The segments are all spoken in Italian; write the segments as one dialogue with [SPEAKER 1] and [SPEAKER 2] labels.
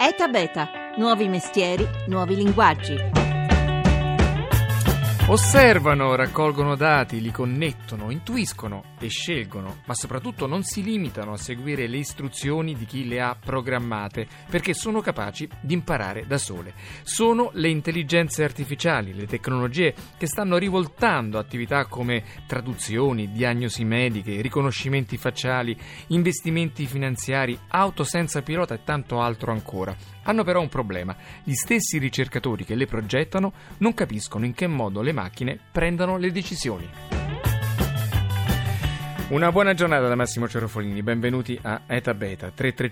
[SPEAKER 1] ETA Beta, nuovi mestieri, nuovi linguaggi.
[SPEAKER 2] Osservano, raccolgono dati, li connettono, intuiscono e scelgono, ma soprattutto non si limitano a seguire le istruzioni di chi le ha programmate, perché sono capaci di imparare da sole. Sono le intelligenze artificiali, le tecnologie che stanno rivoltando attività come traduzioni, diagnosi mediche, riconoscimenti facciali, investimenti finanziari, auto senza pilota e tanto altro ancora. Hanno però un problema: gli stessi ricercatori che le progettano non capiscono in che modo le macchine prendano le decisioni. Una buona giornata da Massimo Cerofolini, benvenuti a ETA Beta.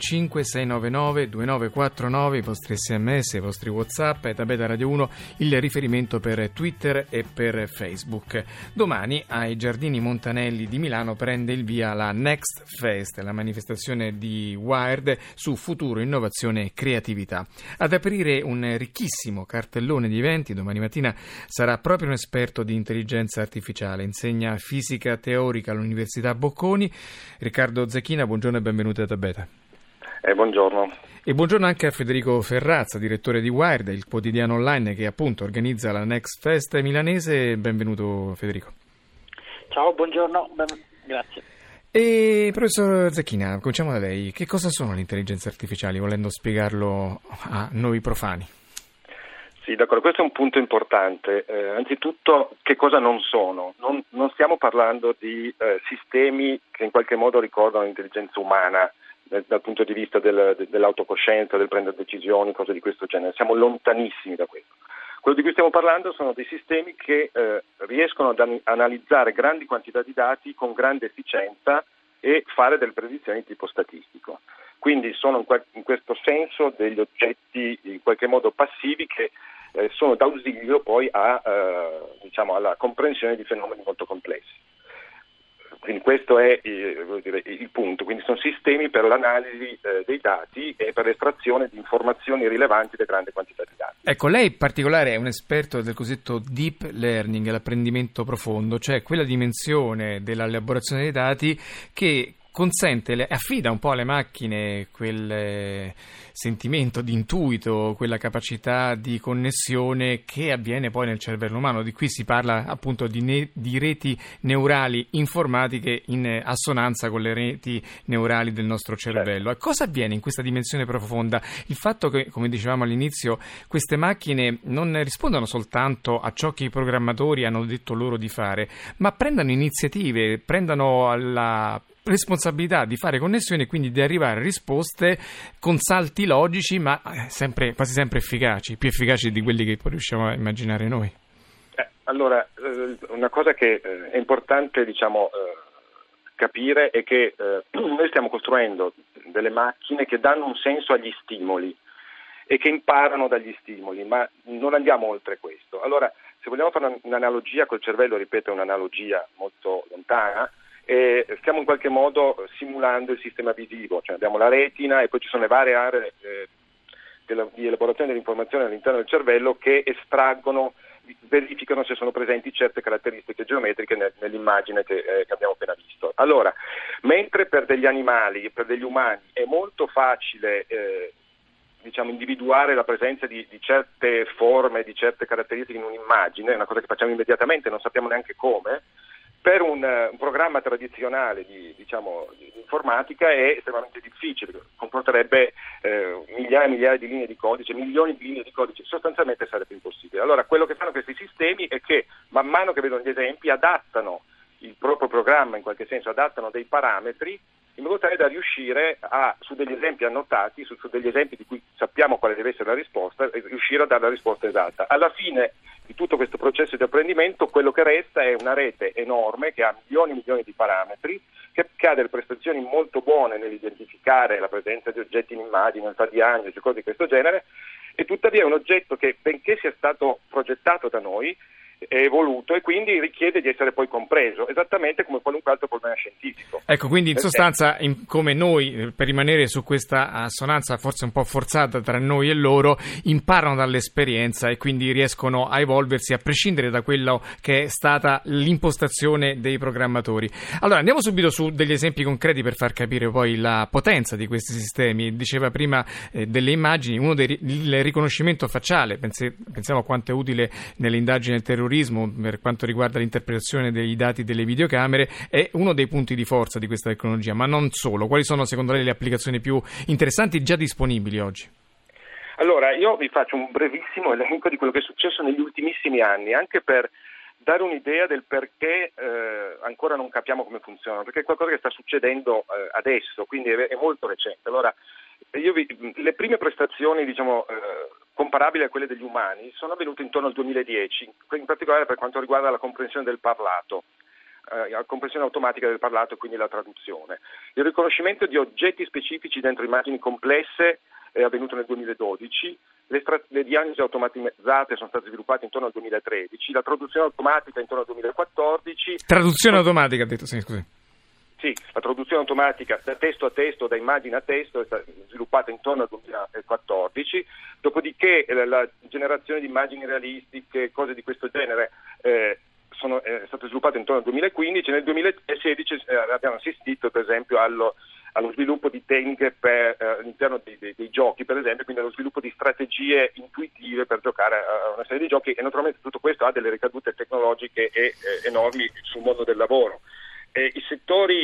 [SPEAKER 2] 335-699-2949, i vostri sms, i vostri whatsapp, ETA Beta Radio 1, il riferimento per Twitter e per Facebook. Domani ai Giardini Montanelli di Milano prende il via la Next Fest, la manifestazione di Wired su futuro, innovazione e creatività. Ad aprire un ricchissimo cartellone di eventi, domani mattina sarà proprio un esperto di intelligenza artificiale, insegna fisica teorica all'Università Bocconi. Riccardo Zecchina, buongiorno e benvenuto a ETA Beta.
[SPEAKER 3] Buongiorno.
[SPEAKER 2] E buongiorno anche a Federico Ferrazza, direttore di Wired, il quotidiano online che appunto organizza la Next Fest milanese. Benvenuto Federico.
[SPEAKER 4] Ciao, buongiorno, grazie.
[SPEAKER 2] E professor Zecchina, cominciamo da lei. Che cosa sono le intelligenze artificiali, volendo spiegarlo a noi profani?
[SPEAKER 3] Sì, d'accordo, questo è un punto importante. Anzitutto, che cosa non sono? Non stiamo parlando di sistemi che in qualche modo ricordano l'intelligenza umana dal punto di vista dell'autocoscienza, del prendere decisioni, cose di questo genere. Siamo lontanissimi da questo. Quello di cui stiamo parlando sono dei sistemi che riescono ad analizzare grandi quantità di dati con grande efficienza e fare delle predizioni di tipo statistico. Quindi sono in questo senso degli oggetti in qualche modo passivi che sono d'ausilio poi alla comprensione di fenomeni molto complessi. Quindi questo è il punto. Quindi sono sistemi per l'analisi dei dati e per l'estrazione di informazioni rilevanti da grande quantità di dati.
[SPEAKER 2] Ecco, lei in particolare è un esperto del cosiddetto deep learning, l'apprendimento profondo, cioè quella dimensione dell'elaborazione dei dati che affida un po' alle macchine quel sentimento di intuito, quella capacità di connessione che avviene poi nel cervello umano. Di qui si parla appunto di reti neurali informatiche in assonanza con le reti neurali del nostro cervello. Certo. E cosa avviene in questa dimensione profonda? Il fatto che, come dicevamo all'inizio, queste macchine non rispondono soltanto a ciò che i programmatori hanno detto loro di fare, ma prendano iniziative, prendano la responsabilità di fare connessioni e quindi di arrivare a risposte con salti logici, ma quasi sempre efficaci, più efficaci di quelli che poi riusciamo a immaginare noi.
[SPEAKER 3] Allora, una cosa che è importante capire è che noi stiamo costruendo delle macchine che danno un senso agli stimoli e che imparano dagli stimoli, ma non andiamo oltre questo. Allora, se vogliamo fare un'analogia col cervello, ripeto, è un'analogia molto lontana, e stiamo in qualche modo simulando il sistema visivo, cioè abbiamo la retina e poi ci sono le varie aree di elaborazione dell'informazione all'interno del cervello che verificano se sono presenti certe caratteristiche geometriche nell'immagine che abbiamo appena visto. Allora, mentre per degli animali, per degli umani è molto facile individuare la presenza di certe forme, di certe caratteristiche in un'immagine, è una cosa che facciamo immediatamente, non sappiamo neanche come. Per un programma tradizionale di informatica è estremamente difficile, comporterebbe migliaia e migliaia di linee di codice, milioni di linee di codice, sostanzialmente sarebbe impossibile. Allora, quello che fanno questi sistemi è che man mano che vedono gli esempi adattano il proprio programma, in qualche senso adattano dei parametri in modo tale da riuscire su degli esempi annotati, su degli esempi di cui sappiamo quale deve essere la risposta, riuscire a dare la risposta esatta. Alla fine di tutto questo processo di apprendimento, quello che resta è una rete enorme che ha milioni e milioni di parametri, che ha delle prestazioni molto buone nell'identificare la presenza di oggetti in immagine, nel fare diagnosi, cose di questo genere, e tuttavia è un oggetto che, benché sia stato progettato da noi, evoluto e quindi richiede di essere poi compreso, esattamente come qualunque altro problema scientifico.
[SPEAKER 2] Ecco, quindi in sostanza, come noi, per rimanere su questa assonanza forse un po' forzata tra noi e loro, imparano dall'esperienza e quindi riescono a evolversi a prescindere da quello che è stata l'impostazione dei programmatori. Allora, andiamo subito su degli esempi concreti per far capire poi la potenza di questi sistemi. Diceva prima delle immagini, il riconoscimento facciale, pensiamo a quanto è utile nelle indagini del terrorismo per quanto riguarda l'interpretazione dei dati delle videocamere, è uno dei punti di forza di questa tecnologia, ma non solo. Quali sono secondo lei le applicazioni più interessanti già disponibili oggi?
[SPEAKER 3] Allora, io vi faccio un brevissimo elenco di quello che è successo negli ultimissimi anni, anche per dare un'idea del perché ancora non capiamo come funzionano, perché è qualcosa che sta succedendo adesso, quindi è molto recente. Allora, le prime prestazioni, comparabili a quelle degli umani sono avvenute intorno al 2010, in particolare per quanto riguarda la comprensione del parlato, la comprensione automatica del parlato e quindi la traduzione. Il riconoscimento di oggetti specifici dentro immagini complesse è avvenuto nel 2012, le diagnosi automatizzate sono state sviluppate intorno al 2013, la traduzione automatica intorno al 2014.
[SPEAKER 2] Traduzione automatica, ha detto, sì, scusi.
[SPEAKER 3] Sì, la traduzione automatica da testo a testo, da immagine a testo è stata sviluppata intorno al 2014, dopodiché la generazione di immagini realistiche, cose di questo genere, sono state sviluppate intorno al 2015. Nel 2016 abbiamo assistito per esempio allo sviluppo di tecniche all'interno dei giochi, per esempio, quindi allo sviluppo di strategie intuitive per giocare a una serie di giochi, e naturalmente tutto questo ha delle ricadute tecnologiche enormi sul mondo del lavoro. I settori,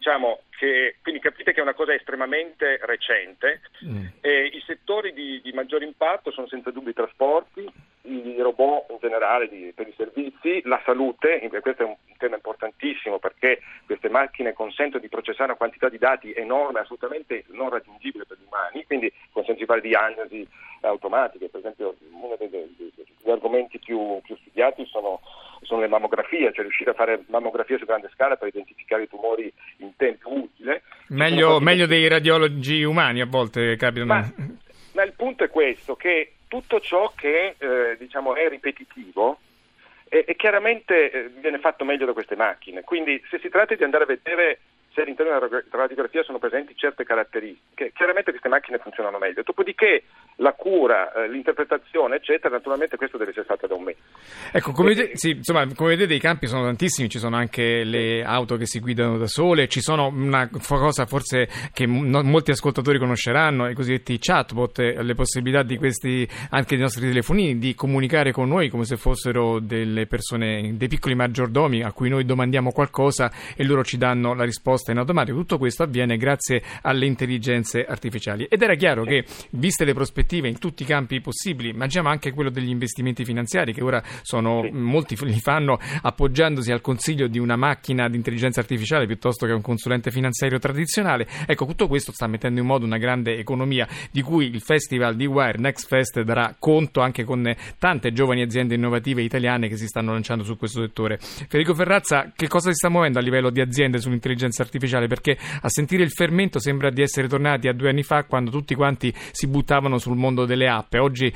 [SPEAKER 3] quindi capite che è una cosa estremamente recente, i settori di maggior impatto sono senza dubbio i trasporti, i robot in generale per i servizi, la salute, e questo è un tema importantissimo perché queste macchine consentono di processare una quantità di dati enorme, assolutamente non raggiungibile per gli umani, quindi consentono di fare diagnosi automatiche. Per esempio, uno degli argomenti più studiati sono le mammografie, cioè riuscire a fare mammografie su grande scala per identificare i tumori in tempo utile.
[SPEAKER 2] Meglio dei radiologi umani a volte capitano.
[SPEAKER 3] Ma il punto è questo, che tutto ciò che è ripetitivo e chiaramente viene fatto meglio da queste macchine. Quindi se si tratta di andare a vedere se all'interno della radiografia sono presenti certe caratteristiche, chiaramente queste macchine funzionano meglio. Dopodiché la cura, l'interpretazione, eccetera, naturalmente questo deve essere fatto da un medico.
[SPEAKER 2] Ecco, come vedete i campi sono tantissimi, ci sono anche le auto che si guidano da sole, ci sono una cosa forse che molti ascoltatori conosceranno, i cosiddetti chatbot, le possibilità di questi, anche dei nostri telefonini, di comunicare con noi come se fossero delle persone, dei piccoli maggiordomi a cui noi domandiamo qualcosa e loro ci danno la risposta in automatico. Tutto questo avviene grazie alle intelligenze artificiali ed era chiaro che, viste le prospettive in tutti i campi possibili, immaginiamo anche quello degli investimenti finanziari che ora molti li fanno appoggiandosi al consiglio di una macchina di intelligenza artificiale piuttosto che un consulente finanziario tradizionale. Ecco, tutto questo sta mettendo in moto una grande economia di cui il festival di Wire Next Fest darà conto, anche con tante giovani aziende innovative italiane che si stanno lanciando su questo settore. Federico Ferrazza, che cosa si sta muovendo a livello di aziende sull'intelligenza artificiale? Perché a sentire il fermento sembra di essere tornati a 2 anni fa, quando tutti quanti si buttavano sul mondo delle app. Oggi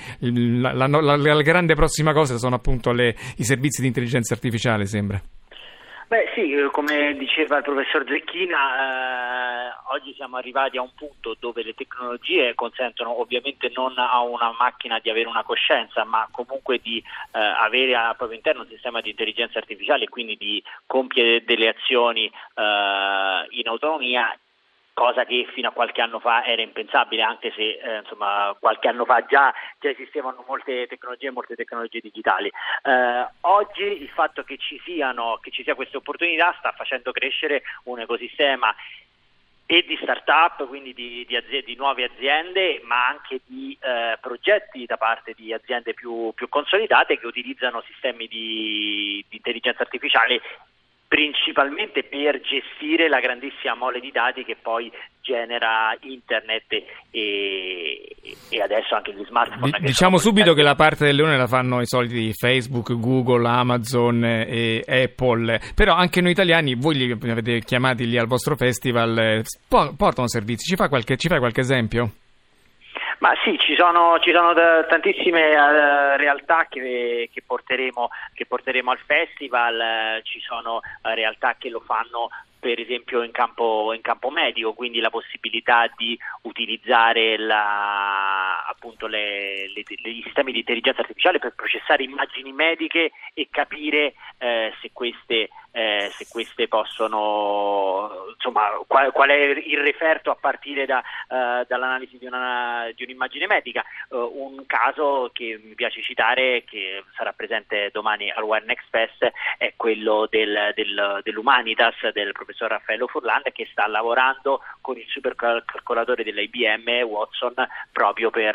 [SPEAKER 2] la grande prossima cosa sono appunto i servizi di intelligenza artificiale, sembra.
[SPEAKER 4] Beh sì, come diceva il professor Zecchina, oggi siamo arrivati a un punto dove le tecnologie consentono ovviamente non a una macchina di avere una coscienza, ma comunque di avere al proprio interno un sistema di intelligenza artificiale e quindi di compiere delle azioni in autonomia, cosa che fino a qualche anno fa era impensabile, anche se qualche anno fa già esistevano molte tecnologie digitali. Oggi il fatto che ci sia questa opportunità sta facendo crescere un ecosistema e di start-up, quindi di nuove aziende, ma anche di progetti da parte di aziende più consolidate che utilizzano sistemi di intelligenza artificiale principalmente per gestire la grandissima mole di dati che poi genera internet e adesso anche gli smartphone.
[SPEAKER 2] Diciamo subito che la parte del leone la fanno i soliti Facebook, Google, Amazon e Apple, però anche noi italiani, voi li avete chiamati lì al vostro festival, portano servizi. Ci fai qualche esempio?
[SPEAKER 4] Ma sì, ci sono tantissime realtà che porteremo al festival, ci sono realtà che lo fanno per esempio in campo medico, quindi la possibilità di utilizzare appunto gli sistemi di intelligenza artificiale per processare immagini mediche e capire se queste possono, insomma, qual è il referto a partire dall'analisi di un'immagine medica. Un caso che mi piace citare, che sarà presente domani al One Next Fest, è quello dell'Humanitas del professor Raffaello Furlan, che sta lavorando con il supercalcolatore dell'IBM Watson proprio per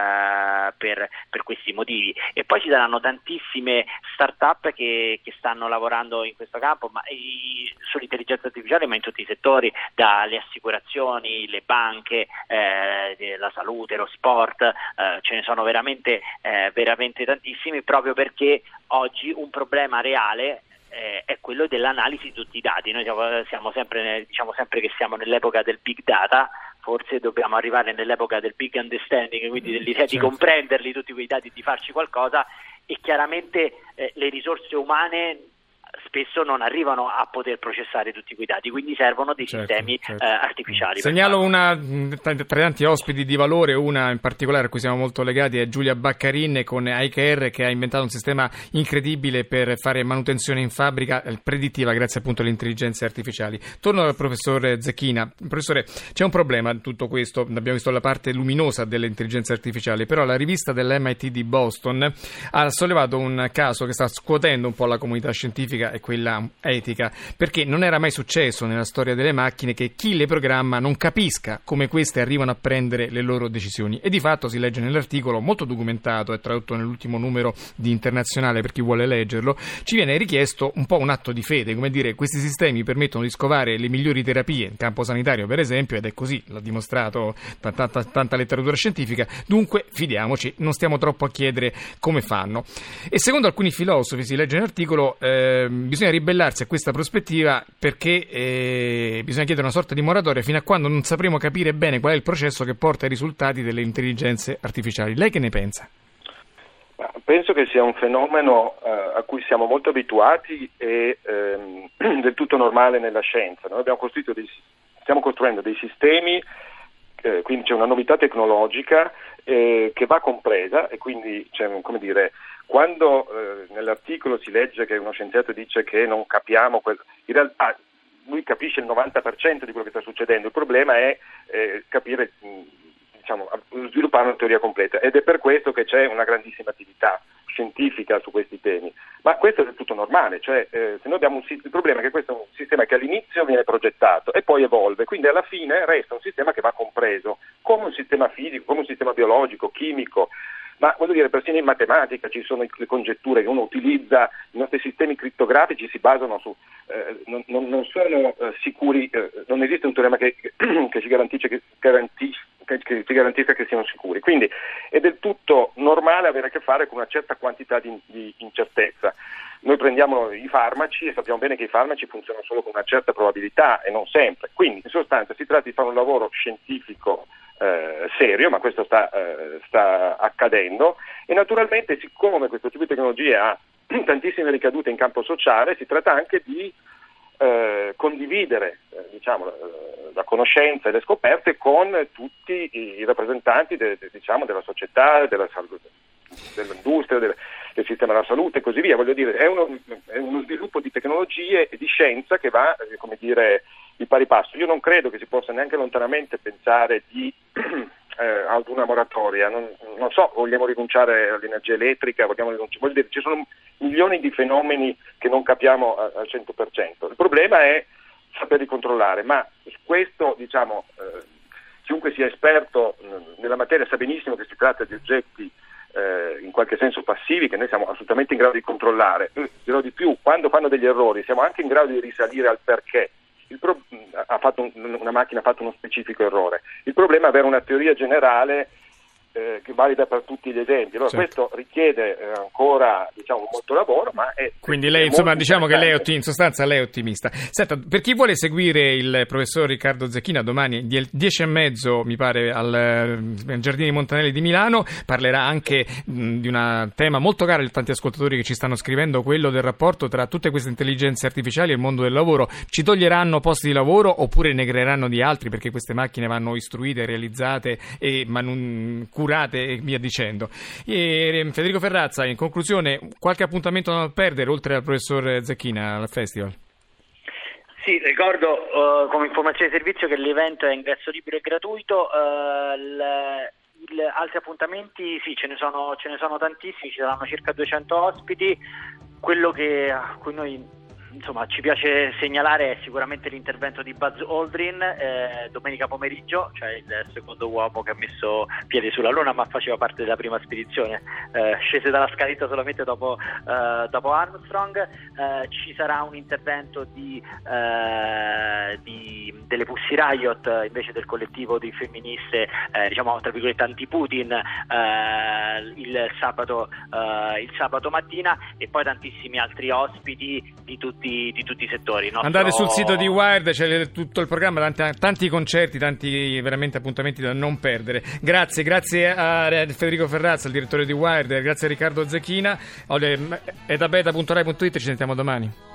[SPEAKER 4] questi motivi. E poi ci saranno tantissime start-up che stanno lavorando in questo campo, ma sull'intelligenza artificiale, ma in tutti i settori, dalle assicurazioni, le banche, la salute, lo sport, ce ne sono veramente tantissimi, proprio perché oggi un problema reale è quello dell'analisi di tutti i dati. Noi diciamo sempre che siamo nell'epoca del big data, forse dobbiamo arrivare nell'epoca del big understanding, quindi dell'idea di comprenderli tutti quei dati e di farci qualcosa, e chiaramente le risorse umane spesso non arrivano a poter processare tutti quei dati, quindi servono dei sistemi artificiali.
[SPEAKER 2] Segnalo una tra i tanti ospiti di valore, una in particolare a cui siamo molto legati, è Giulia Baccarin con iCare, che ha inventato un sistema incredibile per fare manutenzione in fabbrica predittiva grazie appunto alle intelligenze artificiali. Torno dal professore Zecchina. Professore, c'è un problema in tutto questo, abbiamo visto la parte luminosa delle intelligenze artificiali, però la rivista dell'MIT di Boston ha sollevato un caso che sta scuotendo un po' la comunità scientifica e quella etica, perché non era mai successo nella storia delle macchine che chi le programma non capisca come queste arrivano a prendere le loro decisioni, e di fatto si legge nell'articolo, molto documentato e tradotto nell'ultimo numero di Internazionale per chi vuole leggerlo, ci viene richiesto un po' un atto di fede, come dire, questi sistemi permettono di scovare le migliori terapie in campo sanitario per esempio, ed è così, l'ha dimostrato tanta letteratura scientifica, dunque fidiamoci, non stiamo troppo a chiedere come fanno. E secondo alcuni filosofi, si legge nell'articolo, bisogna ribellarsi a questa prospettiva, perché bisogna chiedere una sorta di moratoria fino a quando non sapremo capire bene qual è il processo che porta ai risultati delle intelligenze artificiali. Lei che ne pensa?
[SPEAKER 3] Penso che sia un fenomeno a cui siamo molto abituati e del tutto normale nella scienza. Noi stiamo costruendo dei sistemi, quindi c'è una novità tecnologica che va compresa, e quindi come dire, quando nell'articolo si legge che uno scienziato dice che non capiamo, in realtà lui capisce il 90% di quello che sta succedendo, il problema è capire, sviluppare una teoria completa, ed è per questo che c'è una grandissima attività scientifica su questi temi. Ma questo è del tutto normale, se noi abbiamo il problema è che questo è un sistema che all'inizio viene progettato e poi evolve, quindi alla fine resta un sistema che va compreso come un sistema fisico, come un sistema biologico, chimico. Ma voglio dire, persino in matematica ci sono le congetture che uno utilizza, i nostri sistemi crittografici si basano su, non sono sicuri, non esiste un teorema che ci garantisca che siano sicuri, quindi è del tutto normale avere a che fare con una certa quantità di incertezza. Noi prendiamo i farmaci e sappiamo bene che i farmaci funzionano solo con una certa probabilità e non sempre, quindi in sostanza si tratta di fare un lavoro scientifico serio, ma questo sta accadendo, e naturalmente, siccome questo tipo di tecnologia ha tantissime ricadute in campo sociale, si tratta anche di condividere la conoscenza e le scoperte con tutti i rappresentanti della società, dell'industria, del sistema della salute e così via. Voglio dire, è uno sviluppo di tecnologie e di scienza che va, di pari passo. Io non credo che si possa neanche lontanamente pensare ad una moratoria. Non so, vogliamo rinunciare all'energia elettrica, voglio dire, ci sono milioni di fenomeni che non capiamo al 100%. Il problema è saperli controllare, ma su questo, chiunque sia esperto nella materia sa benissimo che si tratta di oggetti in qualche senso passivi che noi siamo assolutamente in grado di controllare. Dirò di più, quando fanno degli errori siamo anche in grado di risalire al perché. Una macchina ha fatto uno specifico errore. Il problema è avere una teoria generale che valida per tutti gli esempi. Allora, questo richiede ancora molto lavoro, ma
[SPEAKER 2] quindi lei diciamo che lei in sostanza lei è ottimista. Senta, per chi vuole seguire il professor Riccardo Zecchina domani 10:30 mi pare al Giardini Montanelli di Milano, parlerà anche di un tema molto caro a tanti ascoltatori che ci stanno scrivendo, quello del rapporto tra tutte queste intelligenze artificiali e il mondo del lavoro. Ci toglieranno posti di lavoro oppure ne creeranno di altri, perché queste macchine vanno istruite, realizzate e curate e via dicendo. E Federico Ferrazza, in conclusione, qualche appuntamento da non perdere oltre al professor Zecchina al festival?
[SPEAKER 4] Sì, ricordo come informazione di servizio che l'evento è a ingresso libero e gratuito. Altri appuntamenti sì, ce ne sono tantissimi, ci saranno circa 200 ospiti. Quello a cui noi ci piace segnalare è sicuramente l'intervento di Buzz Aldrin domenica pomeriggio, cioè il secondo uomo che ha messo piede sulla Luna, ma faceva parte della prima spedizione, scese dalla scaletta solamente dopo Armstrong. Ci sarà un intervento delle Pussy Riot, invece del collettivo di femministe tra virgolette anti-Putin, il sabato mattina, e poi tantissimi altri ospiti di tutti i settori.
[SPEAKER 2] Andate sul sito di Wired, c'è tutto il programma, tanti concerti, tanti veramente appuntamenti da non perdere. Grazie a Federico Ferrazza, il direttore di Wired, grazie a Riccardo Zecchina. Edabeta.rai.it, ci sentiamo domani.